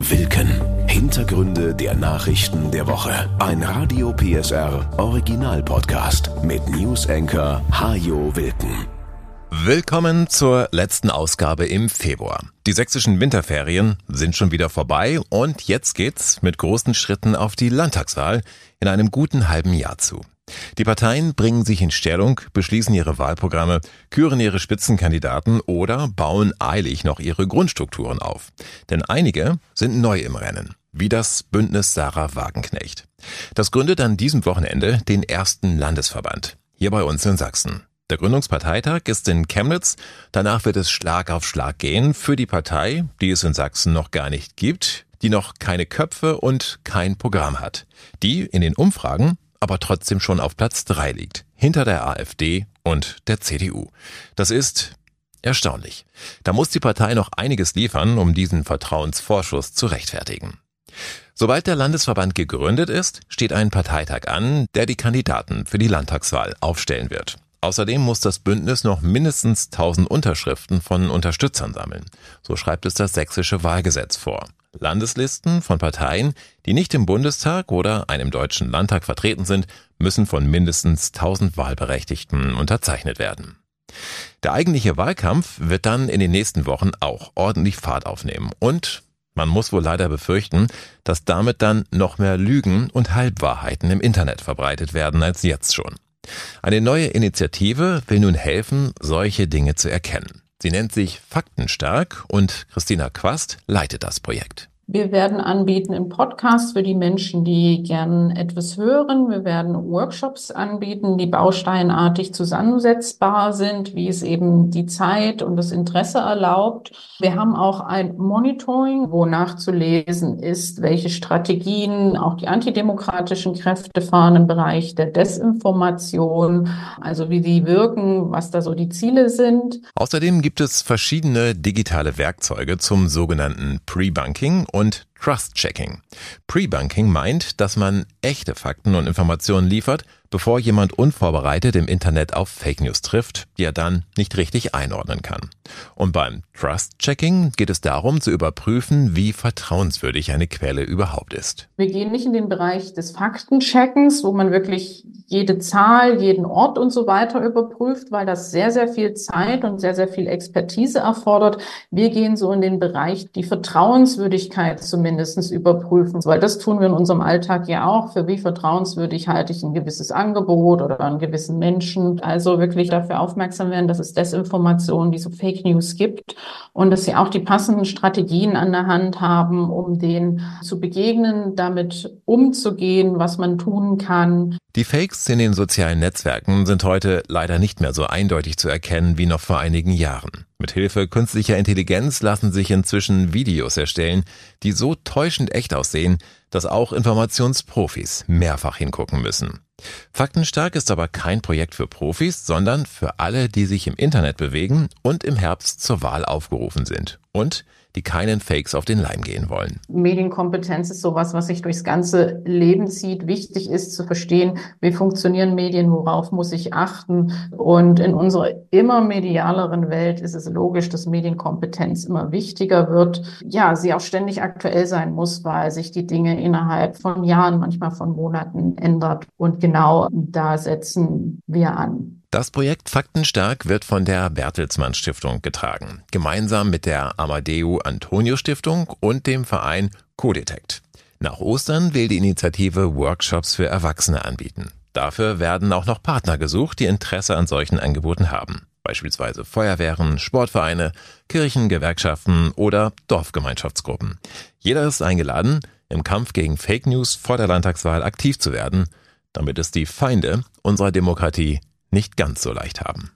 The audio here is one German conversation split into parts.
Wilken. Hintergründe der Nachrichten der Woche. Ein Radio PSR Original-Podcast mit News-Anchor Hajo Wilken. Willkommen zur letzten Ausgabe im Februar. Die sächsischen Winterferien sind schon wieder vorbei und jetzt geht's mit großen Schritten auf die Landtagswahl in einem guten halben Jahr zu. Die Parteien bringen sich in Stellung, beschließen ihre Wahlprogramme, küren ihre Spitzenkandidaten oder bauen eilig noch ihre Grundstrukturen auf. Denn einige sind neu im Rennen, wie das Bündnis Sarah Wagenknecht. Das gründet an diesem Wochenende den ersten Landesverband, hier bei uns in Sachsen. Der Gründungsparteitag ist in Chemnitz, danach wird es Schlag auf Schlag gehen für die Partei, die es in Sachsen noch gar nicht gibt, die noch keine Köpfe und kein Programm hat, die in den Umfragen aber trotzdem schon auf Platz 3 liegt, hinter der AfD und der CDU. Das ist erstaunlich. Da muss die Partei noch einiges liefern, um diesen Vertrauensvorschuss zu rechtfertigen. Sobald der Landesverband gegründet ist, steht ein Parteitag an, der die Kandidaten für die Landtagswahl aufstellen wird. Außerdem muss das Bündnis noch mindestens 1000 Unterschriften von Unterstützern sammeln. So schreibt es das sächsische Wahlgesetz vor. Landeslisten von Parteien, die nicht im Bundestag oder einem deutschen Landtag vertreten sind, müssen von mindestens 1000 Wahlberechtigten unterzeichnet werden. Der eigentliche Wahlkampf wird dann in den nächsten Wochen auch ordentlich Fahrt aufnehmen und man muss wohl leider befürchten, dass damit dann noch mehr Lügen und Halbwahrheiten im Internet verbreitet werden als jetzt schon. Eine neue Initiative will nun helfen, solche Dinge zu erkennen. Sie nennt sich Faktenstark und Christina Quast leitet das Projekt. Wir werden anbieten im Podcast für die Menschen, die gern etwas hören. Wir werden Workshops anbieten, die bausteinartig zusammensetzbar sind, wie es eben die Zeit und das Interesse erlaubt. Wir haben auch ein Monitoring, wo nachzulesen ist, welche Strategien auch die antidemokratischen Kräfte fahren im Bereich der Desinformation, also wie die wirken, was da so die Ziele sind. Außerdem gibt es verschiedene digitale Werkzeuge zum sogenannten Pre-Bunking und Trust-Checking. Pre-Bunking meint, dass man echte Fakten und Informationen liefert, bevor jemand unvorbereitet im Internet auf Fake News trifft, die er dann nicht richtig einordnen kann. Und beim Trust-Checking geht es darum, zu überprüfen, wie vertrauenswürdig eine Quelle überhaupt ist. Wir gehen nicht in den Bereich des Faktencheckens, wo man wirklich jede Zahl, jeden Ort und so weiter überprüft, weil das sehr, sehr viel Zeit und sehr, sehr viel Expertise erfordert. Wir gehen so in den Bereich, die Vertrauenswürdigkeit zumindest überprüfen, weil das tun wir in unserem Alltag ja auch. Für wie vertrauenswürdig halte ich ein gewisses Angebot oder einen gewissen Menschen? Also wirklich dafür aufmerksam werden, dass es Desinformation, diese Fake News gibt und dass sie auch die passenden Strategien an der Hand haben, um denen zu begegnen, damit umzugehen, was man tun kann. Die Fakes in den sozialen Netzwerken sind heute leider nicht mehr so eindeutig zu erkennen wie noch vor einigen Jahren. Mit Hilfe künstlicher Intelligenz lassen sich inzwischen Videos erstellen, die so täuschend echt aussehen, dass auch Informationsprofis mehrfach hingucken müssen. Faktenstark ist aber kein Projekt für Profis, sondern für alle, die sich im Internet bewegen und im Herbst zur Wahl aufgerufen sind und die keinen Fakes auf den Leim gehen wollen. Medienkompetenz ist sowas, was sich durchs ganze Leben zieht. Wichtig ist zu verstehen, wie funktionieren Medien, worauf muss ich achten. Und in unserer immer medialeren Welt ist es logisch, dass Medienkompetenz immer wichtiger wird. Ja, sie auch ständig aktuell sein muss, weil sich die Dinge innerhalb von Jahren, manchmal von Monaten ändert. Und genau da setzen wir an. Das Projekt Faktenstark wird von der Bertelsmann Stiftung getragen, gemeinsam mit der Amadeo Antonio Stiftung und dem Verein Codetect. Nach Ostern will die Initiative Workshops für Erwachsene anbieten. Dafür werden auch noch Partner gesucht, die Interesse an solchen Angeboten haben. Beispielsweise Feuerwehren, Sportvereine, Kirchen, Gewerkschaften oder Dorfgemeinschaftsgruppen. Jeder ist eingeladen, im Kampf gegen Fake News vor der Landtagswahl aktiv zu werden, damit es die Feinde unserer Demokratie nicht ganz so leicht haben.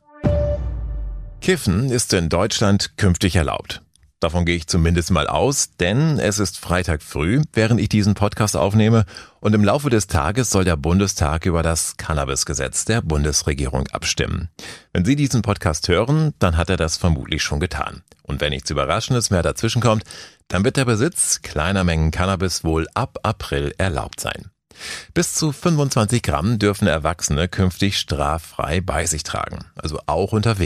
Kiffen ist in Deutschland künftig erlaubt. Davon gehe ich zumindest mal aus, denn es ist Freitag früh, während ich diesen Podcast aufnehme und im Laufe des Tages soll der Bundestag über das Cannabis-Gesetz der Bundesregierung abstimmen. Wenn Sie diesen Podcast hören, dann hat er das vermutlich schon getan. Und wenn nichts Überraschendes mehr dazwischenkommt, dann wird der Besitz kleiner Mengen Cannabis wohl ab April erlaubt sein. Bis zu 25 Gramm dürfen Erwachsene künftig straffrei bei sich tragen, also auch unterwegs.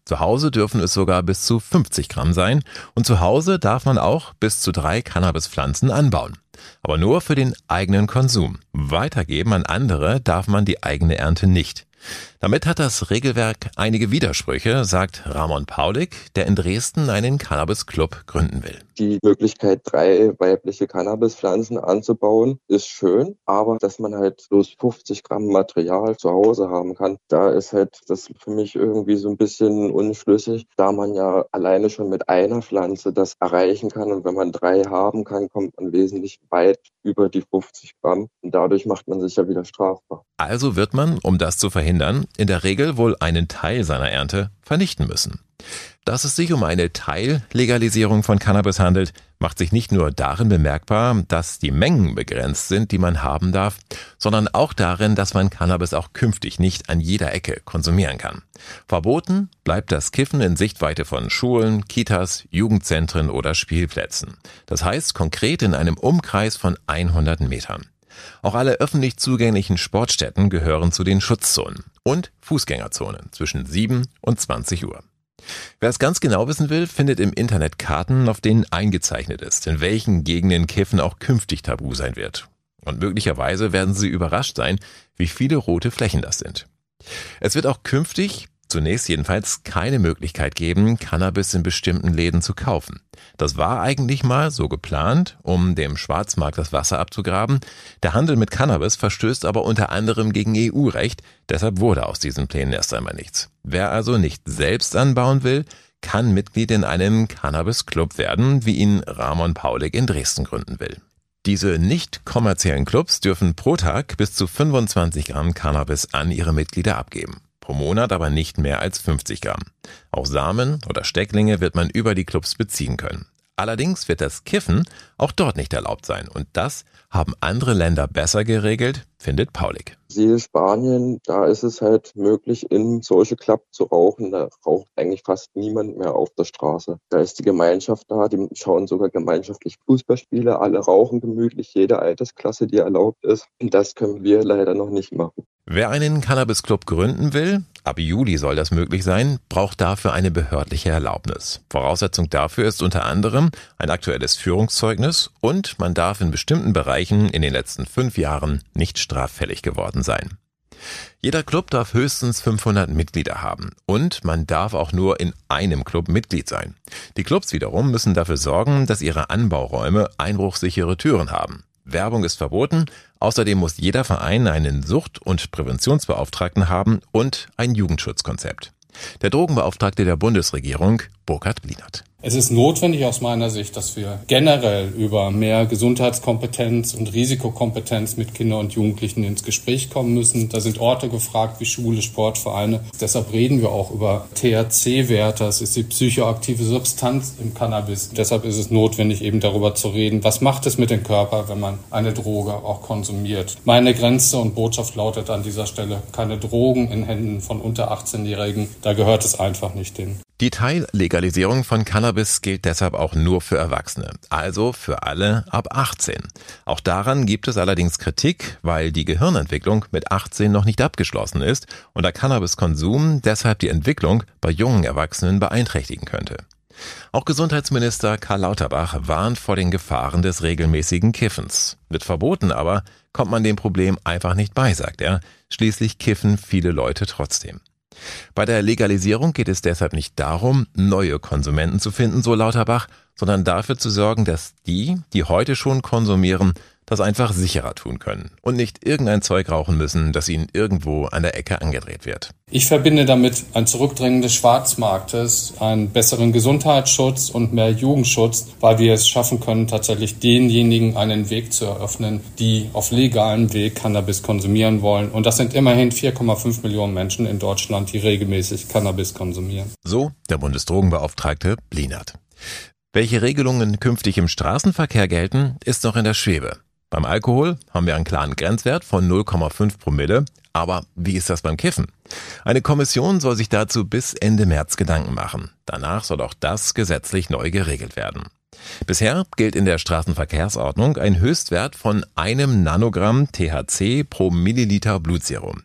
Zu Hause dürfen es sogar bis zu 50 Gramm sein und zu Hause darf man auch bis zu 3 Cannabispflanzen anbauen. Aber nur für den eigenen Konsum. Weitergeben an andere darf man die eigene Ernte nicht. Damit hat das Regelwerk einige Widersprüche, sagt Ramon Paulik, der in Dresden einen Cannabis-Club gründen will. Die Möglichkeit, 3 weibliche Cannabispflanzen anzubauen, ist schön, aber dass man halt bloß 50 Gramm Material zu Hause haben kann, da ist halt das für mich irgendwie so ein bisschen unschlüssig, da man ja alleine schon mit einer Pflanze das erreichen kann und wenn man 3 haben kann, kommt man wesentlich weit über die 50 Gramm und dadurch macht man sich ja wieder strafbar. Also wird man, um das zu verhindern, in der Regel wohl einen Teil seiner Ernte vernichten müssen. Dass es sich um eine Teillegalisierung von Cannabis handelt, macht sich nicht nur darin bemerkbar, dass die Mengen begrenzt sind, die man haben darf, sondern auch darin, dass man Cannabis auch künftig nicht an jeder Ecke konsumieren kann. Verboten bleibt das Kiffen in Sichtweite von Schulen, Kitas, Jugendzentren oder Spielplätzen. Das heißt konkret in einem Umkreis von 100 Metern. Auch alle öffentlich zugänglichen Sportstätten gehören zu den Schutzzonen und Fußgängerzonen zwischen 7 und 20 Uhr. Wer es ganz genau wissen will, findet im Internet Karten, auf denen eingezeichnet ist, in welchen Gegenden Kiffen auch künftig tabu sein wird. Und möglicherweise werden Sie überrascht sein, wie viele rote Flächen das sind. Es wird auch künftig, zunächst jedenfalls, keine Möglichkeit geben, Cannabis in bestimmten Läden zu kaufen. Das war eigentlich mal so geplant, um dem Schwarzmarkt das Wasser abzugraben. Der Handel mit Cannabis verstößt aber unter anderem gegen EU-Recht, deshalb wurde aus diesen Plänen erst einmal nichts. Wer also nicht selbst anbauen will, kann Mitglied in einem Cannabis-Club werden, wie ihn Ramon Paulik in Dresden gründen will. Diese nicht kommerziellen Clubs dürfen pro Tag bis zu 25 Gramm Cannabis an ihre Mitglieder abgeben. Pro Monat aber nicht mehr als 50 Gramm. Auch Samen oder Stecklinge wird man über die Clubs beziehen können. Allerdings wird das Kiffen auch dort nicht erlaubt sein. Und das haben andere Länder besser geregelt, findet Paulik. Siehe Spanien, da ist es halt möglich, in solche Club zu rauchen. Da raucht eigentlich fast niemand mehr auf der Straße. Da ist die Gemeinschaft da, die schauen sogar gemeinschaftlich Fußballspiele. Alle rauchen gemütlich, jede Altersklasse, die erlaubt ist. Und das können wir leider noch nicht machen. Wer einen Cannabis-Club gründen will, ab Juli soll das möglich sein, braucht dafür eine behördliche Erlaubnis. Voraussetzung dafür ist unter anderem ein aktuelles Führungszeugnis und man darf in bestimmten Bereichen in den letzten 5 Jahren nicht straffällig geworden sein. Jeder Club darf höchstens 500 Mitglieder haben und man darf auch nur in einem Club Mitglied sein. Die Clubs wiederum müssen dafür sorgen, dass ihre Anbauräume einbruchsichere Türen haben. Werbung ist verboten, außerdem muss jeder Verein einen Sucht- und Präventionsbeauftragten haben und ein Jugendschutzkonzept. Der Drogenbeauftragte der Bundesregierung, Burkhard Blinert. Es ist notwendig aus meiner Sicht, dass wir generell über mehr Gesundheitskompetenz und Risikokompetenz mit Kindern und Jugendlichen ins Gespräch kommen müssen. Da sind Orte gefragt wie Schule, Sportvereine. Deshalb reden wir auch über THC-Werte. Das ist die psychoaktive Substanz im Cannabis. Deshalb ist es notwendig, eben darüber zu reden, was macht es mit dem Körper, wenn man eine Droge auch konsumiert. Meine Grenze und Botschaft lautet an dieser Stelle: keine Drogen in Händen von unter 18-Jährigen. Da gehört es einfach nicht hin. Die Teillegalisierung von Cannabis gilt deshalb auch nur für Erwachsene, also für alle ab 18. Auch daran gibt es allerdings Kritik, weil die Gehirnentwicklung mit 18 noch nicht abgeschlossen ist und der Cannabiskonsum deshalb die Entwicklung bei jungen Erwachsenen beeinträchtigen könnte. Auch Gesundheitsminister Karl Lauterbach warnt vor den Gefahren des regelmäßigen Kiffens. Wird verboten aber, kommt man dem Problem einfach nicht bei, sagt er. Schließlich kiffen viele Leute trotzdem. Bei der Legalisierung geht es deshalb nicht darum, neue Konsumenten zu finden, so Lauterbach, sondern dafür zu sorgen, dass die heute schon konsumieren, das einfach sicherer tun können und nicht irgendein Zeug rauchen müssen, das ihnen irgendwo an der Ecke angedreht wird. Ich verbinde damit ein Zurückdrängen des Schwarzmarktes, einen besseren Gesundheitsschutz und mehr Jugendschutz, weil wir es schaffen können, tatsächlich denjenigen einen Weg zu eröffnen, die auf legalem Weg Cannabis konsumieren wollen. Und das sind immerhin 4,5 Millionen Menschen in Deutschland, die regelmäßig Cannabis konsumieren. So der Bundesdrogenbeauftragte Blinert. Welche Regelungen künftig im Straßenverkehr gelten, ist noch in der Schwebe. Beim Alkohol haben wir einen klaren Grenzwert von 0,5 Promille. Aber wie ist das beim Kiffen? Eine Kommission soll sich dazu bis Ende März Gedanken machen. Danach soll auch das gesetzlich neu geregelt werden. Bisher gilt in der Straßenverkehrsordnung ein Höchstwert von 1 Nanogramm THC pro Milliliter Blutserum.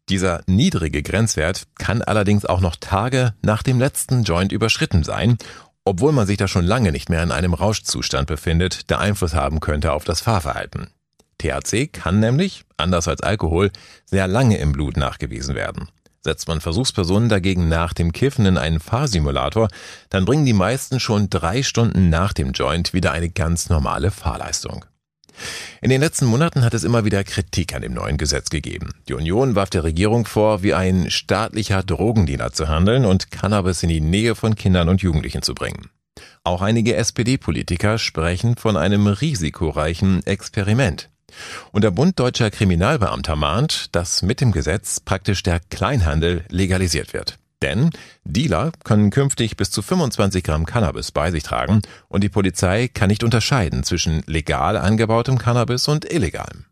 Dieser niedrige Grenzwert kann allerdings auch noch Tage nach dem letzten Joint überschritten sein, obwohl man sich da schon lange nicht mehr in einem Rauschzustand befindet, der Einfluss haben könnte auf das Fahrverhalten. THC kann nämlich, anders als Alkohol, sehr lange im Blut nachgewiesen werden. Setzt man Versuchspersonen dagegen nach dem Kiffen in einen Fahrsimulator, dann bringen die meisten schon 3 Stunden nach dem Joint wieder eine ganz normale Fahrleistung. In den letzten Monaten hat es immer wieder Kritik an dem neuen Gesetz gegeben. Die Union warf der Regierung vor, wie ein staatlicher Drogendealer zu handeln und Cannabis in die Nähe von Kindern und Jugendlichen zu bringen. Auch einige SPD-Politiker sprechen von einem risikoreichen Experiment. Und der Bund Deutscher Kriminalbeamter mahnt, dass mit dem Gesetz praktisch der Kleinhandel legalisiert wird. Denn Dealer können künftig bis zu 25 Gramm Cannabis bei sich tragen und die Polizei kann nicht unterscheiden zwischen legal angebautem Cannabis und illegalem.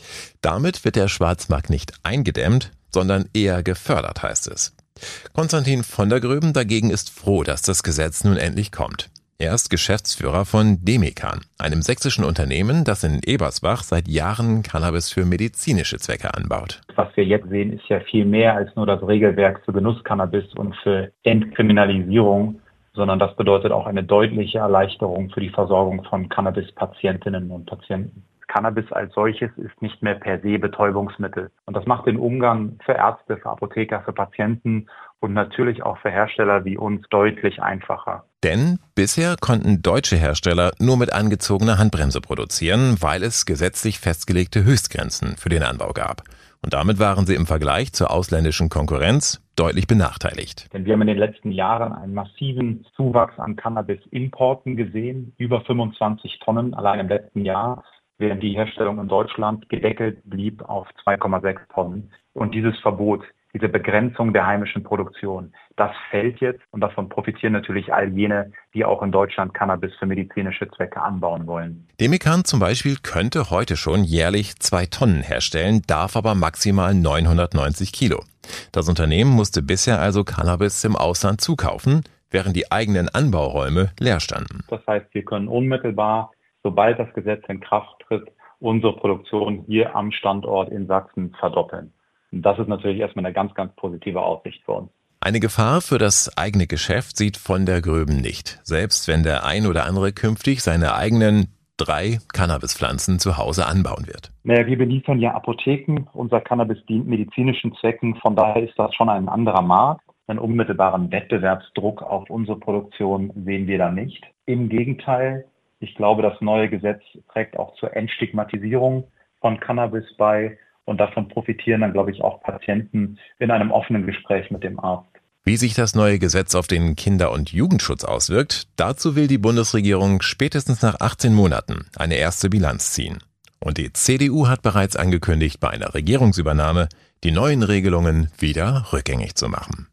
Damit wird der Schwarzmarkt nicht eingedämmt, sondern eher gefördert, heißt es. Konstantin von der Gröben dagegen ist froh, dass das Gesetz nun endlich kommt. Er ist Geschäftsführer von Demikan, einem sächsischen Unternehmen, das in Ebersbach seit Jahren Cannabis für medizinische Zwecke anbaut. Was wir jetzt sehen, ist ja viel mehr als nur das Regelwerk für Genusscannabis und für Entkriminalisierung, sondern das bedeutet auch eine deutliche Erleichterung für die Versorgung von Cannabis-Patientinnen und Patienten. Cannabis als solches ist nicht mehr per se Betäubungsmittel. Und das macht den Umgang für Ärzte, für Apotheker, für Patienten und natürlich auch für Hersteller wie uns deutlich einfacher. Denn bisher konnten deutsche Hersteller nur mit angezogener Handbremse produzieren, weil es gesetzlich festgelegte Höchstgrenzen für den Anbau gab. Und damit waren sie im Vergleich zur ausländischen Konkurrenz deutlich benachteiligt. Denn wir haben in den letzten Jahren einen massiven Zuwachs an Cannabis-Importen gesehen, über 25 Tonnen allein im letzten Jahr, während die Herstellung in Deutschland gedeckelt blieb auf 2,6 Tonnen. Und dieses Verbot, diese Begrenzung der heimischen Produktion, das fällt jetzt und davon profitieren natürlich all jene, die auch in Deutschland Cannabis für medizinische Zwecke anbauen wollen. Demikan zum Beispiel könnte heute schon jährlich 2 Tonnen herstellen, darf aber maximal 990 Kilo. Das Unternehmen musste bisher also Cannabis im Ausland zukaufen, während die eigenen Anbauräume leer standen. Das heißt, wir können unmittelbar, sobald das Gesetz in Kraft tritt, unsere Produktion hier am Standort in Sachsen verdoppeln. Und das ist natürlich erstmal eine ganz, ganz positive Aussicht für uns. Eine Gefahr für das eigene Geschäft sieht von der Gröben nicht, selbst wenn der ein oder andere künftig seine eigenen 3 Cannabispflanzen zu Hause anbauen wird. Naja, wir beliefern ja Apotheken, unser Cannabis dient medizinischen Zwecken, von daher ist das schon ein anderer Markt. Einen unmittelbaren Wettbewerbsdruck auf unsere Produktion sehen wir da nicht. Im Gegenteil, ich glaube, das neue Gesetz trägt auch zur Entstigmatisierung von Cannabis bei. Und davon profitieren dann, glaube ich, auch Patienten in einem offenen Gespräch mit dem Arzt. Wie sich das neue Gesetz auf den Kinder- und Jugendschutz auswirkt, dazu will die Bundesregierung spätestens nach 18 Monaten eine erste Bilanz ziehen. Und die CDU hat bereits angekündigt, bei einer Regierungsübernahme die neuen Regelungen wieder rückgängig zu machen.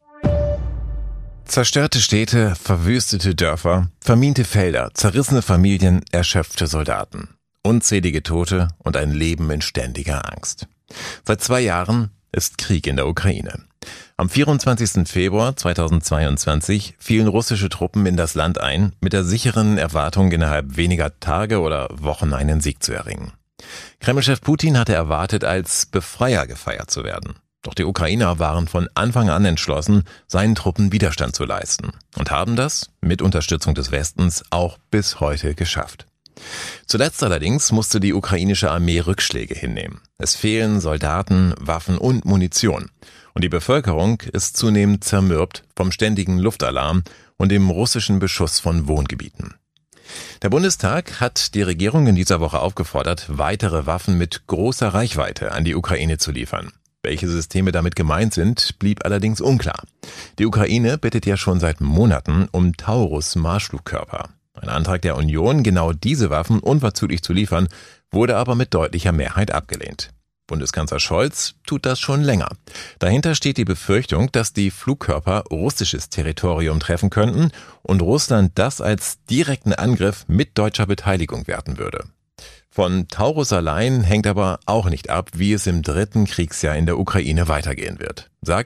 Zerstörte Städte, verwüstete Dörfer, vermiente Felder, zerrissene Familien, erschöpfte Soldaten. Unzählige Tote und ein Leben in ständiger Angst. Seit 2 Jahren ist Krieg in der Ukraine. Am 24. Februar 2022 fielen russische Truppen in das Land ein, mit der sicheren Erwartung, innerhalb weniger Tage oder Wochen einen Sieg zu erringen. Kremlchef Putin hatte erwartet, als Befreier gefeiert zu werden. Doch die Ukrainer waren von Anfang an entschlossen, seinen Truppen Widerstand zu leisten und haben das, mit Unterstützung des Westens, auch bis heute geschafft. Zuletzt allerdings musste die ukrainische Armee Rückschläge hinnehmen. Es fehlen Soldaten, Waffen und Munition. Und die Bevölkerung ist zunehmend zermürbt vom ständigen Luftalarm und dem russischen Beschuss von Wohngebieten. Der Bundestag hat die Regierung in dieser Woche aufgefordert, weitere Waffen mit großer Reichweite an die Ukraine zu liefern. Welche Systeme damit gemeint sind, blieb allerdings unklar. Die Ukraine bittet ja schon seit Monaten um Taurus-Marschflugkörper. Ein Antrag der Union, genau diese Waffen unverzüglich zu liefern, wurde aber mit deutlicher Mehrheit abgelehnt. Bundeskanzler Scholz tut das schon länger. Dahinter steht die Befürchtung, dass die Flugkörper russisches Territorium treffen könnten und Russland das als direkten Angriff mit deutscher Beteiligung werten würde. Von Taurus allein hängt aber auch nicht ab, wie es im 3. Kriegsjahr in der Ukraine weitergehen wird, sagt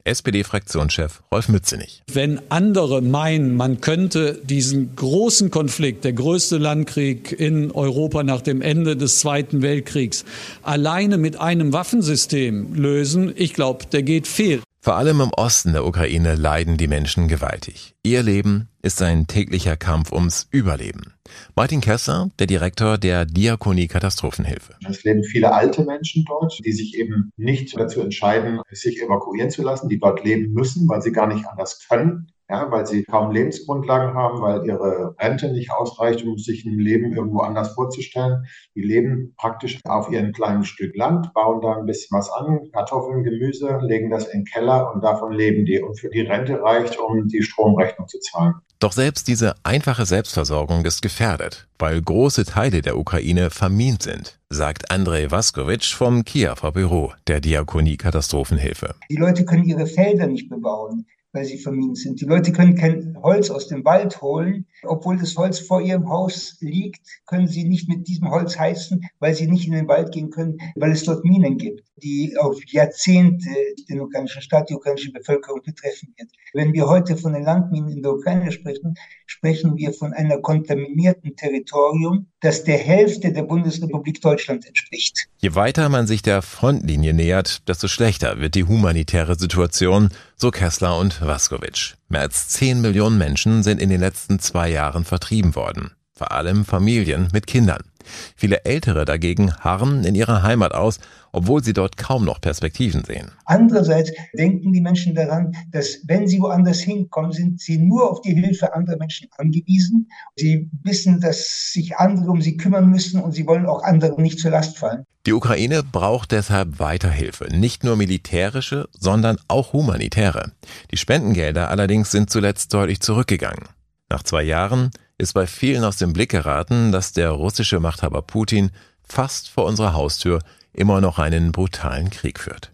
SPD-Fraktionschef Rolf Mützenich. Wenn andere meinen, man könnte diesen großen Konflikt, der größte Landkrieg in Europa nach dem Ende des Zweiten Weltkriegs, alleine mit einem Waffensystem lösen, ich glaube, der geht fehl. Vor allem im Osten der Ukraine leiden die Menschen gewaltig. Ihr Leben ist ein täglicher Kampf ums Überleben. Martin Kessler, der Direktor der Diakonie Katastrophenhilfe. Es leben viele alte Menschen dort, die sich eben nicht dazu entscheiden, sich evakuieren zu lassen, die dort leben müssen, weil sie gar nicht anders können. Ja, weil sie kaum Lebensgrundlagen haben, weil ihre Rente nicht ausreicht, um sich ein Leben irgendwo anders vorzustellen. Die leben praktisch auf ihrem kleinen Stück Land, bauen da ein bisschen was an, Kartoffeln, Gemüse, legen das in den Keller und davon leben die. Und für die Rente reicht, um die Stromrechnung zu zahlen. Doch selbst diese einfache Selbstversorgung ist gefährdet, weil große Teile der Ukraine vermint sind, sagt Andrei Vaskowitsch vom Kiewer Büro der Diakonie Katastrophenhilfe. Die Leute können ihre Felder nicht bebauen, weil sie vermint sind. Die Leute können kein Holz aus dem Wald holen. Obwohl das Holz vor ihrem Haus liegt, können sie nicht mit diesem Holz heizen, weil sie nicht in den Wald gehen können, weil es dort Minen gibt, die auf Jahrzehnte den ukrainischen Staat, die ukrainische Bevölkerung betreffen wird. Wenn wir heute von den Landminen in der Ukraine sprechen, sprechen wir von einer kontaminierten Territorium, das der Hälfte der Bundesrepublik Deutschland entspricht. Je weiter man sich der Frontlinie nähert, desto schlechter wird die humanitäre Situation, so Kessler und Vaskowitsch. Mehr als 10 Millionen Menschen sind in den letzten 2 Jahren vertrieben worden. Vor allem Familien mit Kindern. Viele Ältere dagegen harren in ihrer Heimat aus, obwohl sie dort kaum noch Perspektiven sehen. Andererseits denken die Menschen daran, dass wenn sie woanders hinkommen, sind sie nur auf die Hilfe anderer Menschen angewiesen. Sie wissen, dass sich andere um sie kümmern müssen und sie wollen auch anderen nicht zur Last fallen. Die Ukraine braucht deshalb weiter Hilfe, nicht nur militärische, sondern auch humanitäre. Die Spendengelder allerdings sind zuletzt deutlich zurückgegangen. Nach 2 Jahren ist bei vielen aus dem Blick geraten, dass der russische Machthaber Putin fast vor unserer Haustür immer noch einen brutalen Krieg führt.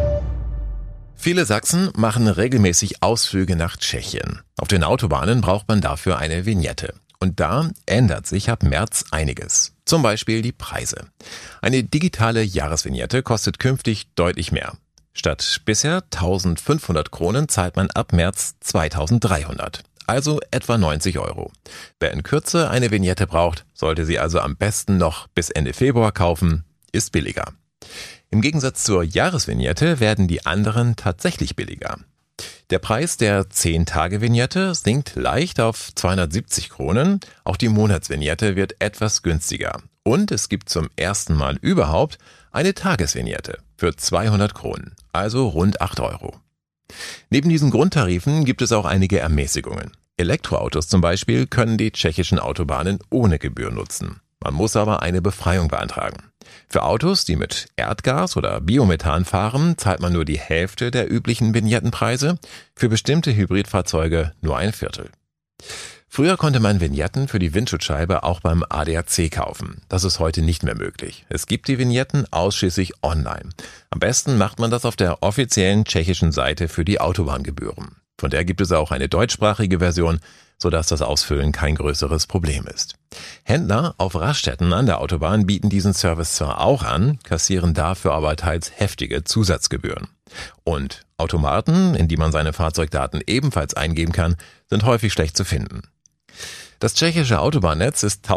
Viele Sachsen machen regelmäßig Ausflüge nach Tschechien. Auf den Autobahnen braucht man dafür eine Vignette. Und da ändert sich ab März einiges. Zum Beispiel die Preise. Eine digitale Jahresvignette kostet künftig deutlich mehr. Statt bisher 1.500 Kronen zahlt man ab März 2.300. Also etwa 90 €. Wer in Kürze eine Vignette braucht, sollte sie also am besten noch bis Ende Februar kaufen, ist billiger. Im Gegensatz zur Jahresvignette werden die anderen tatsächlich billiger. Der Preis der 10-Tage-Vignette sinkt leicht auf 270 Kronen, auch die Monatsvignette wird etwas günstiger. Und es gibt zum ersten Mal überhaupt eine Tagesvignette für 200 Kronen, also rund 8 €. Neben diesen Grundtarifen gibt es auch einige Ermäßigungen. Elektroautos zum Beispiel können die tschechischen Autobahnen ohne Gebühr nutzen. Man muss aber eine Befreiung beantragen. Für Autos, die mit Erdgas oder Biomethan fahren, zahlt man nur die Hälfte der üblichen Vignettenpreise, für bestimmte Hybridfahrzeuge nur ein Viertel. Früher konnte man Vignetten für die Windschutzscheibe auch beim ADAC kaufen. Das ist heute nicht mehr möglich. Es gibt die Vignetten ausschließlich online. Am besten macht man das auf der offiziellen tschechischen Seite für die Autobahngebühren. Von der gibt es auch eine deutschsprachige Version, sodass das Ausfüllen kein größeres Problem ist. Händler auf Raststätten an der Autobahn bieten diesen Service zwar auch an, kassieren dafür aber teils heftige Zusatzgebühren. Und Automaten, in die man seine Fahrzeugdaten ebenfalls eingeben kann, sind häufig schlecht zu finden. Das tschechische Autobahnnetz ist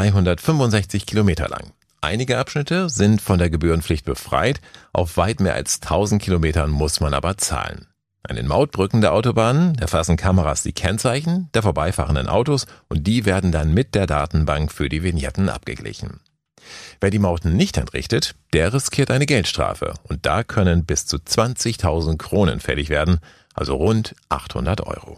1365 Kilometer lang. Einige Abschnitte sind von der Gebührenpflicht befreit, auf weit mehr als 1000 Kilometern muss man aber zahlen. An den Mautbrücken der Autobahnen erfassen Kameras die Kennzeichen der vorbeifahrenden Autos und die werden dann mit der Datenbank für die Vignetten abgeglichen. Wer die Mauten nicht entrichtet, der riskiert eine Geldstrafe und da können bis zu 20.000 Kronen fällig werden, also rund 800 €.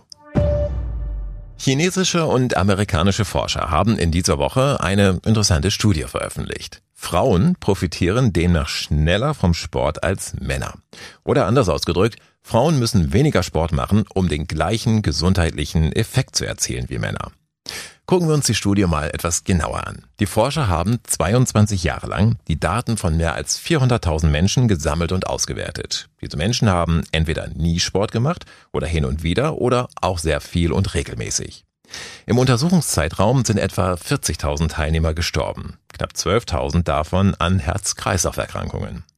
Chinesische und amerikanische Forscher haben in dieser Woche eine interessante Studie veröffentlicht. Frauen profitieren demnach schneller vom Sport als Männer. Oder anders ausgedrückt, Frauen müssen weniger Sport machen, um den gleichen gesundheitlichen Effekt zu erzielen wie Männer. Gucken wir uns die Studie mal etwas genauer an. Die Forscher haben 22 Jahre lang die Daten von mehr als 400.000 Menschen gesammelt und ausgewertet. Diese Menschen haben entweder nie Sport gemacht oder hin und wieder oder auch sehr viel und regelmäßig. Im Untersuchungszeitraum sind etwa 40.000 Teilnehmer gestorben, knapp 12.000 davon an Herz-Kreislauf-Erkrankungen.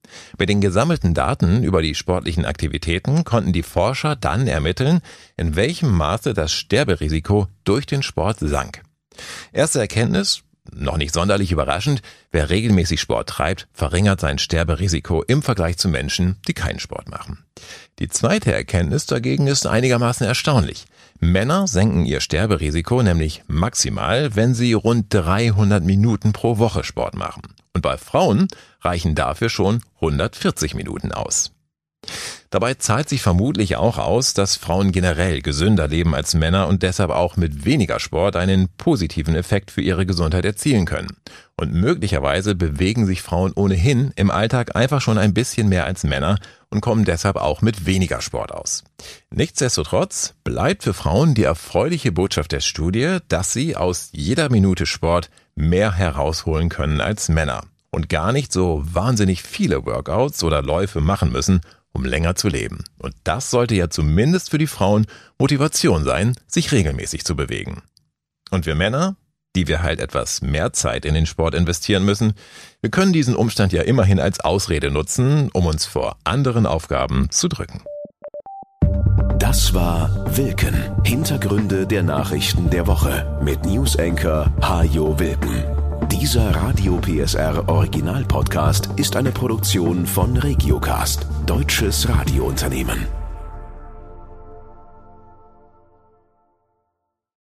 Mit den gesammelten Daten über die sportlichen Aktivitäten konnten die Forscher dann ermitteln, in welchem Maße das Sterberisiko durch den Sport sank. Erste Erkenntnis, noch nicht sonderlich überraschend, wer regelmäßig Sport treibt, verringert sein Sterberisiko im Vergleich zu Menschen, die keinen Sport machen. Die zweite Erkenntnis dagegen ist einigermaßen erstaunlich. Männer senken ihr Sterberisiko nämlich maximal, wenn sie rund 300 Minuten pro Woche Sport machen. Und bei Frauen reichen dafür schon 140 Minuten aus. Dabei zahlt sich vermutlich auch aus, dass Frauen generell gesünder leben als Männer und deshalb auch mit weniger Sport einen positiven Effekt für ihre Gesundheit erzielen können. Und möglicherweise bewegen sich Frauen ohnehin im Alltag einfach schon ein bisschen mehr als Männer und kommen deshalb auch mit weniger Sport aus. Nichtsdestotrotz bleibt für Frauen die erfreuliche Botschaft der Studie, dass sie aus jeder Minute Sport mehr herausholen können als Männer und gar nicht so wahnsinnig viele Workouts oder Läufe machen müssen, um länger zu leben. Und das sollte ja zumindest für die Frauen Motivation sein, sich regelmäßig zu bewegen. Und wir Männer, die wir halt etwas mehr Zeit in den Sport investieren müssen, wir können diesen Umstand ja immerhin als Ausrede nutzen, um uns vor anderen Aufgaben zu drücken. Das war Wilken. Hintergründe der Nachrichten der Woche mit News-Anchor Hajo Wilken. Dieser Radio PSR Original Podcast ist eine Produktion von Regiocast, deutsches Radiounternehmen.